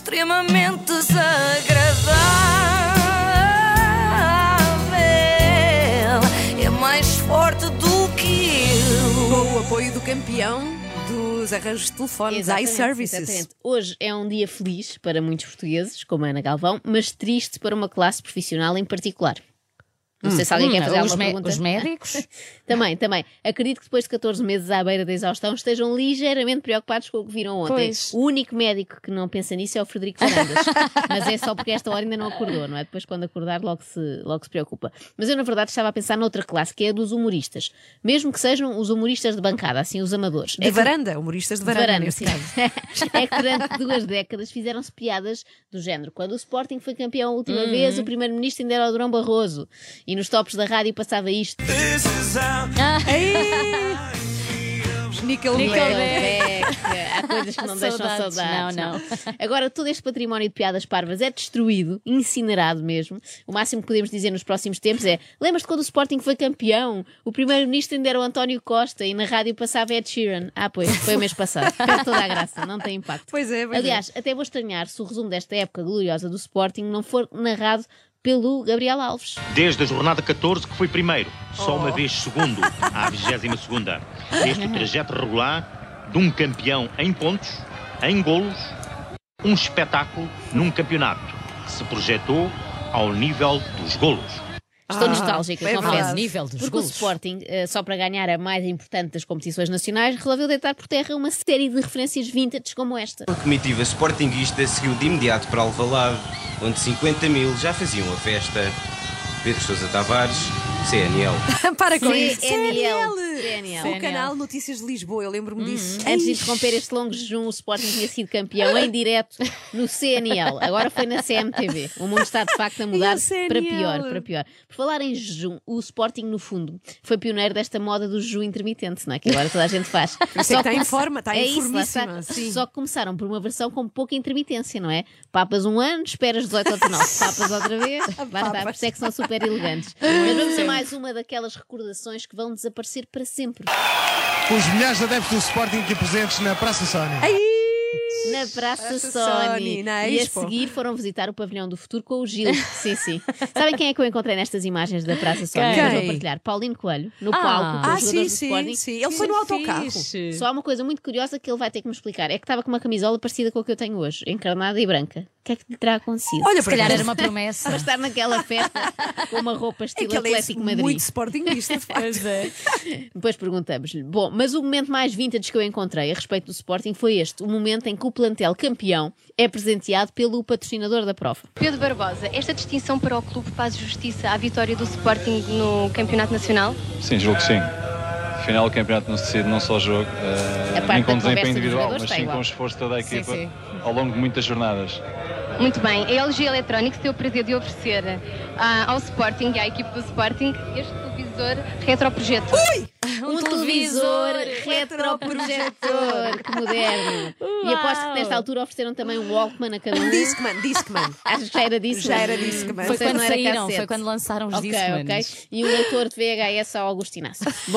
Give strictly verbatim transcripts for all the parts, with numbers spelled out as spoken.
extremamente desagradável. É mais forte do que eu. Com o apoio do campeão dos arranjos de telefones, iServices. Exatamente. Hoje é um dia feliz para muitos portugueses, como a Ana Galvão, mas triste para uma classe profissional em particular. Não sei se alguém hum, quer fazer os alguma me- pergunta. Os médicos? Também, também. Acredito que depois de catorze meses à beira da exaustão estejam ligeiramente preocupados com o que viram ontem. Pois. O único médico que não pensa nisso é o Frederico Fernandes. Mas é só porque esta hora ainda não acordou, não é? Depois quando acordar logo se, logo se preocupa. Mas eu na verdade estava a pensar noutra classe, que é a dos humoristas. Mesmo que sejam os humoristas de bancada, assim, os amadores. De É que- varanda, humoristas de de varanda, varanda, neste sim. caso. É que durante duas décadas fizeram-se piadas do género. Quando o Sporting foi campeão a última Uhum. vez, o primeiro-ministro ainda era o Durão Barroso. E nos tops da rádio passava isto. Nickelback. Nickelback. Há coisas que não deixam Saudades. saudades. Não, não. Agora, todo este património de piadas parvas é destruído, incinerado mesmo. O máximo que podemos dizer nos próximos tempos é: lembras-te quando o Sporting foi campeão? O primeiro-ministro ainda era o António Costa e na rádio passava Ed Sheeran. Ah, pois, foi o mês passado. Perde toda a graça, não tem impacto. Pois é, pois é. Aliás, até vou estranhar se o resumo desta época gloriosa do Sporting não for narrado pelo Gabriel Alves. Desde a jornada catorze, que foi primeiro, só uma vez segundo, à vigésima segunda. Desde o trajeto regular de um campeão em pontos, em golos, um espetáculo num campeonato que se projetou ao nível dos golos. Estou Ah, nostálgica, é confesso. verdade. Ao nível dos Porque golos. o Sporting, eh, só para ganhar a mais importante das competições nacionais, resolveu deitar por terra uma série de referências vintage como esta. A comitiva sportinguista seguiu de imediato para Alvalade, onde cinquenta mil já faziam a festa. Pedro Sousa Tavares, C N L. Para com isso. C N L. C C N L. O canal Notícias de Lisboa, eu lembro-me disso. Antes de interromper este longo jejum, o Sporting tinha sido campeão em direto no C N L. Agora foi na C M T V. O mundo está de facto a mudar E o C N L? para pior, para pior. Por falar em jejum, o Sporting, no fundo, foi pioneiro desta moda do jejum intermitente, não é? Que agora toda a gente faz. isso é que está em forma, está é em isso, lá está. formíssima, sim. Só que começaram por uma versão com pouca intermitência, não é? Papas um ano, esperas dezoito ou dezenove, papas outra vez, lá está, por isso é que são super elegantes. Mas vamos a mais uma daquelas recordações que vão desaparecer para sempre. Os milhares de adeptos do Sporting aqui presentes na Praça Sónia. Na Praça, Praça Sony. Sony, na E a Expo. seguir foram visitar o Pavilhão do Futuro com o Gil. Sim, sim. Sabem quem é que eu encontrei nestas imagens da Praça Sony? Quem? Eu vou partilhar. Paulinho Coelho, no Ah. palco com Ah, os sim, jogadores do sim, Sporting. sim. Ele foi no autocarro. Fixe. Só há uma coisa muito curiosa que ele vai ter que me explicar. É que estava com uma camisola parecida com a que eu tenho hoje, encarnada e branca. O que é que lhe terá acontecido? Olha, Se calhar por era acaso, uma promessa. Para estar naquela festa com uma roupa é estilo que ele é Atlético Madrid. muito sportinguista, de facto. Depois perguntamos-lhe. Bom, mas o momento mais vintage que eu encontrei a respeito do Sporting foi este: o momento em que o plantel campeão é presenteado pelo patrocinador da prova. Pedro Barbosa, esta distinção para o clube faz justiça à vitória do Sporting no Campeonato Nacional? Sim, julgo que sim. Afinal, o campeonato não se decide num só jogo, eh, A parte nem com da desempenho conversa dos individual, jogadores mas está sim igual. com o esforço de toda a Sim, equipa sim. ao longo de muitas jornadas. Muito bem, a L G Electronics tem o prazer de oferecer ah, ao Sporting e à equipe do Sporting este televisor retroprojetor. Um, televisor retroprojetor, que moderno. E aposto que nesta altura ofereceram também um Walkman a cada um. Discman, Discman. Acho que já era disso. Já era Discman. Foi Sei, quando não era saíram, cassete. foi quando lançaram os Ok, Discmans. ok. E um leitor de V H S ao Augusto Inácio. Bom,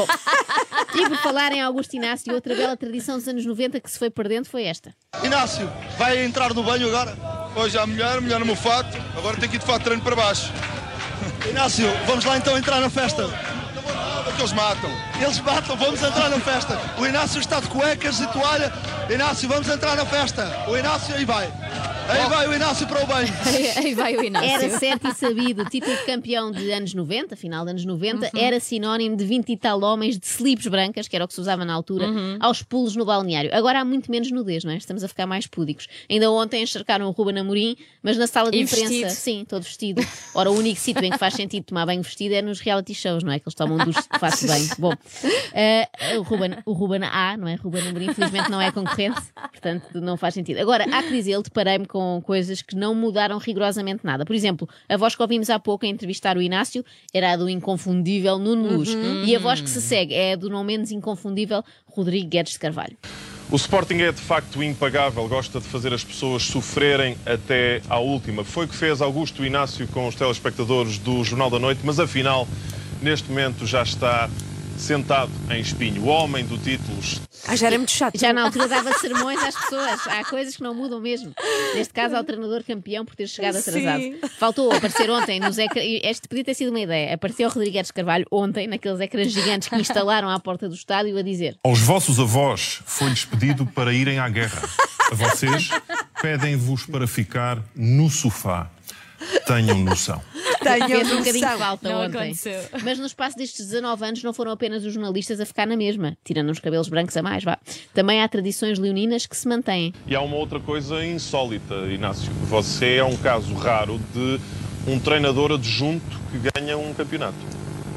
e por falar em Augusto Inácio, outra bela tradição dos anos noventa que se foi perdendo foi esta. Inácio, vai entrar no banho agora? Hoje há mulher, mulher no meu fato, agora tem que ir de fato de treino para baixo. Inácio, vamos lá então entrar na festa. Não vou nada, que eles matam. Eles matam, vamos entrar na festa. O Inácio está de cuecas e toalha. Inácio, vamos entrar na festa. O Inácio aí vai. Aí vai o Inácio para o banho. Aí vai o Inácio. Era certo e sabido, o título de campeão de anos noventa, final de anos noventa, era sinónimo de vinte e tal homens de slips brancas, que era o que se usava na altura, aos pulos no balneário. Agora há muito menos nudez, não é? Estamos a ficar mais púdicos. Ainda ontem encharcaram o Ruben Amorim, mas na sala de E imprensa, vestido. sim, todo vestido. Ora, o único sítio em que faz sentido tomar banho vestido é nos reality shows, não é? Que eles tomam duche de fato de banho. Bom, eh, o, Ruben, o Ruben A, não é? Ruben Amorim, infelizmente não é concorrente, portanto não faz sentido. Agora, há que dizer, deparei-me com coisas que não mudaram rigorosamente nada. Por exemplo, a voz que ouvimos há pouco a entrevistar o Inácio era a do inconfundível Nuno Luz. E a voz que se segue é a do não menos inconfundível Rodrigo Guedes de Carvalho. O Sporting é de facto impagável, gosta de fazer as pessoas sofrerem até à última. Foi o que fez Augusto Inácio com os telespectadores do Jornal da Noite, mas afinal, neste momento já está sentado em espinho. O homem do título. Ah, já era muito chato. Já na altura dava sermões às pessoas. Há coisas que não mudam mesmo. Neste caso, ao treinador campeão por ter chegado atrasado. Sim. Faltou aparecer ontem nos ecrãs. Este podia ter sido uma ideia. Apareceu o Rodrigues Carvalho ontem, naqueles ecrãs gigantes que instalaram à porta do estádio, a dizer: aos vossos avós foi-lhes pedido para irem à guerra. A vocês pedem-vos para ficar no sofá. Tenham noção. Fez um bocadinho de falta Não ontem. aconteceu. Mas no espaço destes dezanove anos não foram apenas os jornalistas a ficar na mesma, tirando uns cabelos brancos a mais, vá. Também há tradições leoninas que se mantêm. E há uma outra coisa insólita, Inácio. Você é um caso raro de um treinador adjunto que ganha um campeonato.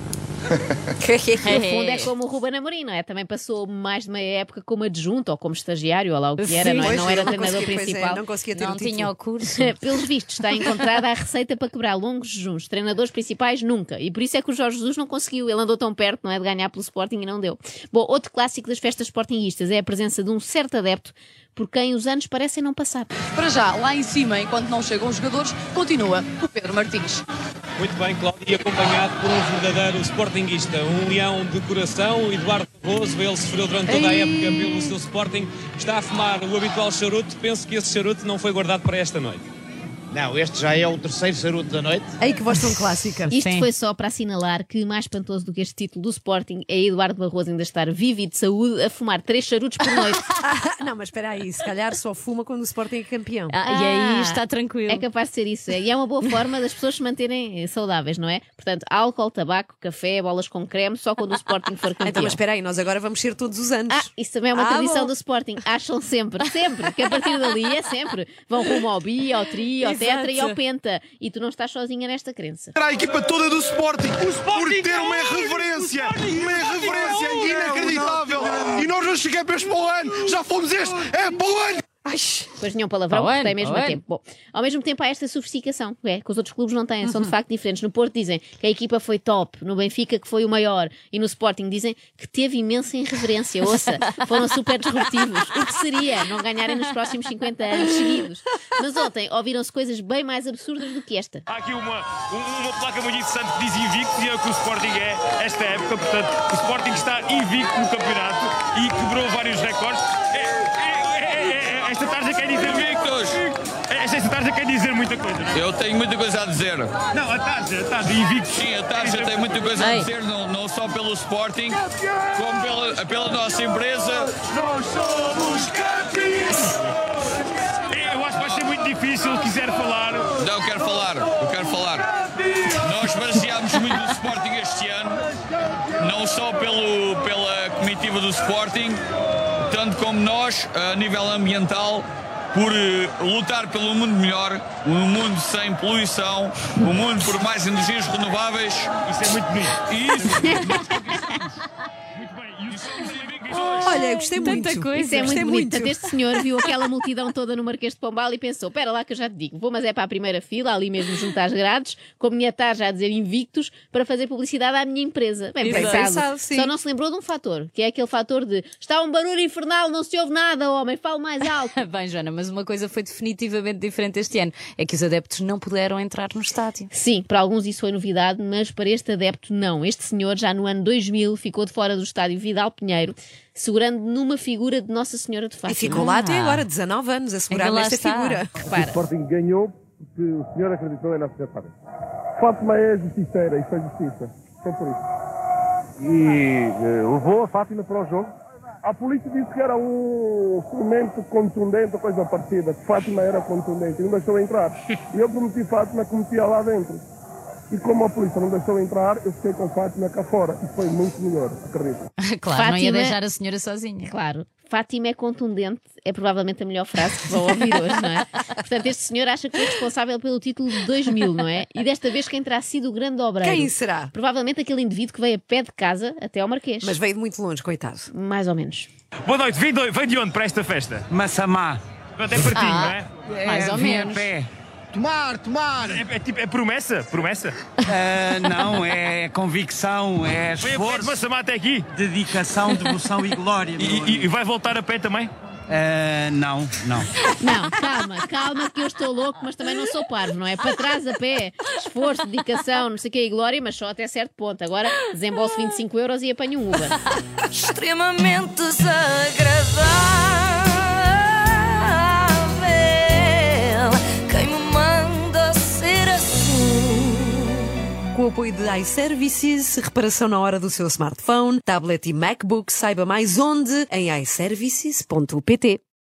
No fundo é como o Ruben Amorim, não é? Também passou mais de meia época como adjunto ou como estagiário, ou lá o que era, não, é? Não era treinador principal. Não conseguia ter Não um título. tinha o curso. Pelos vistos, está encontrada a receita para quebrar longos jejuns. Treinadores principais, nunca. E por isso é que o Jorge Jesus não conseguiu. Ele andou tão perto, não é, de ganhar pelo Sporting e não deu. Bom, outro clássico das festas sportinguistas é a presença de um certo adepto por quem os anos parecem não passar. Para já, lá em cima, enquanto não chegam os jogadores, continua o Pedro Martins. Muito bem, Cláudio, e acompanhado por um verdadeiro sportinguista, um leão de coração, Eduardo Barroso. Ele sofreu durante toda a época pelo seu Sporting, está a fumar o habitual charuto. Penso que esse charuto não foi guardado para esta noite. Não, este já é o terceiro charuto da noite. Ei, que voz tão clássica. Isto Sim. foi só para assinalar que mais espantoso do que este título do Sporting é Eduardo Barroso ainda estar vivo e de saúde a fumar três charutos por noite. Não, mas espera aí, se calhar só fuma quando o Sporting é campeão. Ah, e aí está tranquilo. É capaz de ser isso. E é uma boa forma das pessoas se manterem saudáveis, não é? Portanto, álcool, tabaco, café, bolas com creme, só quando o Sporting for campeão. Então, mas espera aí, nós agora vamos ser todos os anos. Ah, isso também é uma Ah, tradição bom. do Sporting. Acham sempre, sempre, que a partir dali é sempre. Vão rumo ao bi, ao tri, ao Exato. tetra e ao penta. E tu não estás sozinha nesta crença. Para a equipa toda do Sporting, por ter uma irreverência, uma irreverência inacreditável. E nós vamos ficar para este para o ano. Já fomos este, é para o ano. Pois nenhum palavrão, Tá bem, gostei mesmo tá a bem. tempo. Bom, ao mesmo tempo há esta sofisticação, é, que os outros clubes não têm, são de facto diferentes. No Porto dizem que a equipa foi top, no Benfica que foi o maior e no Sporting dizem que teve imensa irreverência, ouça, foram super disruptivos. O que seria não ganharem nos próximos cinquenta anos seguidos? Mas ontem ouviram-se coisas bem mais absurdas do que esta. Há aqui uma, um- uma placa muito interessante que diz invicto e é o que o Sporting é esta época. Portanto, o Sporting está invicto no campeonato e quebrou vários recordes. É, é, é, é, esta tarde quer dizer invictos. Esta, esta tarde quer dizer muita coisa. Não, é? Eu tenho muita coisa a dizer. Não, a tarde, a tarde, invictos. Sim, a Tarja tem muita coisa a dizer, não, não só pelo Sporting, como pela, pela nossa empresa. Nós somos campeões. Eu acho que vai ser muito difícil, se quiser falar. Não, eu quero falar, eu quero falar. Nós baseámos muito no Sporting este ano, não só pelo, pela comitiva do Sporting, tanto como nós, a nível ambiental, por eh, lutar pelo mundo melhor, um mundo sem poluição, um mundo por mais energias renováveis. Isso é muito bonito. E isso... Muito bem. E os somos invictos. Olha, gostei Tanta muito. coisa. Isso é muito Gostei bonito. muito. Portanto, este senhor viu aquela multidão toda no Marquês de Pombal e pensou: espera lá que eu já te digo, vou mas é para a primeira fila, ali mesmo junto às grades, com a minha tarja a dizer invictos, para fazer publicidade à minha empresa. Bem Exato. pensado. Pensado, sim. Só não se lembrou de um fator, que é aquele fator de está um barulho infernal, não se ouve nada, homem, fale mais alto. Bem, Joana, mas uma coisa foi definitivamente diferente este ano. É que os adeptos não puderam entrar no estádio. Sim, para alguns isso foi novidade, mas para este adepto não. Este senhor já no ano dois mil ficou de fora do estádio Vidal Pinheiro, segurando numa figura de Nossa Senhora de Fátima. E ficou lá até agora, dezanove anos, a segurar Ainda lá nesta está. figura. O Repara, Sporting ganhou porque o senhor acreditou em Nossa Senhora de Fátima. Fátima é justiceira e foi justiça. Foi por isso. E eh, levou a Fátima para o jogo. A polícia disse que era um instrumento contundente ou coisa parecida, que Fátima era contundente e não deixou entrar. E eu prometi Fátima que metia lá dentro. E como a polícia não deixou entrar, eu fiquei com Fátima cá fora. E foi muito melhor, acredito. Claro, não ia Fátima- deixar a senhora sozinha. claro, Fátima é contundente, é provavelmente a melhor frase que vão ouvir hoje, não é? Portanto, este senhor acha que foi responsável pelo título de dois mil, não é? E desta vez quem terá sido o grande obreiro? Quem será? Provavelmente aquele indivíduo que veio a pé de casa até ao Marquês. Mas veio de muito longe, coitado. Mais ou menos. Boa noite. Vem de, vem de onde para esta festa? Massamá. Pronto, é pertinho, Ah. não é? Mais ou vim menos. A pé. Tomar, tomar. É, é tipo, é promessa? Promessa? Ah, não, é convicção, é Vem a pé de esforço, Massamá até aqui. dedicação, devoção e glória. meu E, e- amigo. e vai voltar a pé também? Uh, não, não. Não, calma, calma que eu estou louco, mas também não sou parvo, não é? Para trás a pé, esforço, dedicação, não sei o que, e glória, mas só até certo ponto. Agora desembolso vinte e cinco euros e apanho um Uber. Extremamente desagradável. Quem me manda ser assim? Com o apoio de iServices, reparação na hora do seu smartphone, tablet e MacBook, saiba mais onde em i services ponto pt.